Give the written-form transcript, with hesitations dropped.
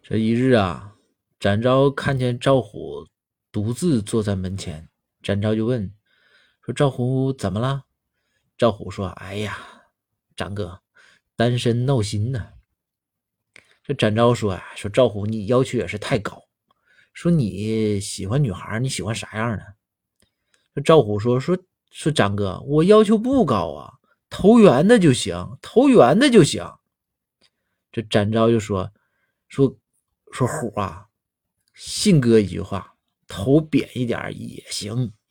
这一日啊，展昭看见赵虎独自坐在门前，展昭就问说：赵虎怎么了？赵虎说：哎呀，张哥，单身闹心呢。这展昭说：说赵虎你要求也是太高，说你喜欢女孩，你喜欢啥样的？这赵虎说张哥，我要求不高啊，投缘的就行，投缘的就行。这展昭就说虎啊，信哥一句话，头扁一点也行。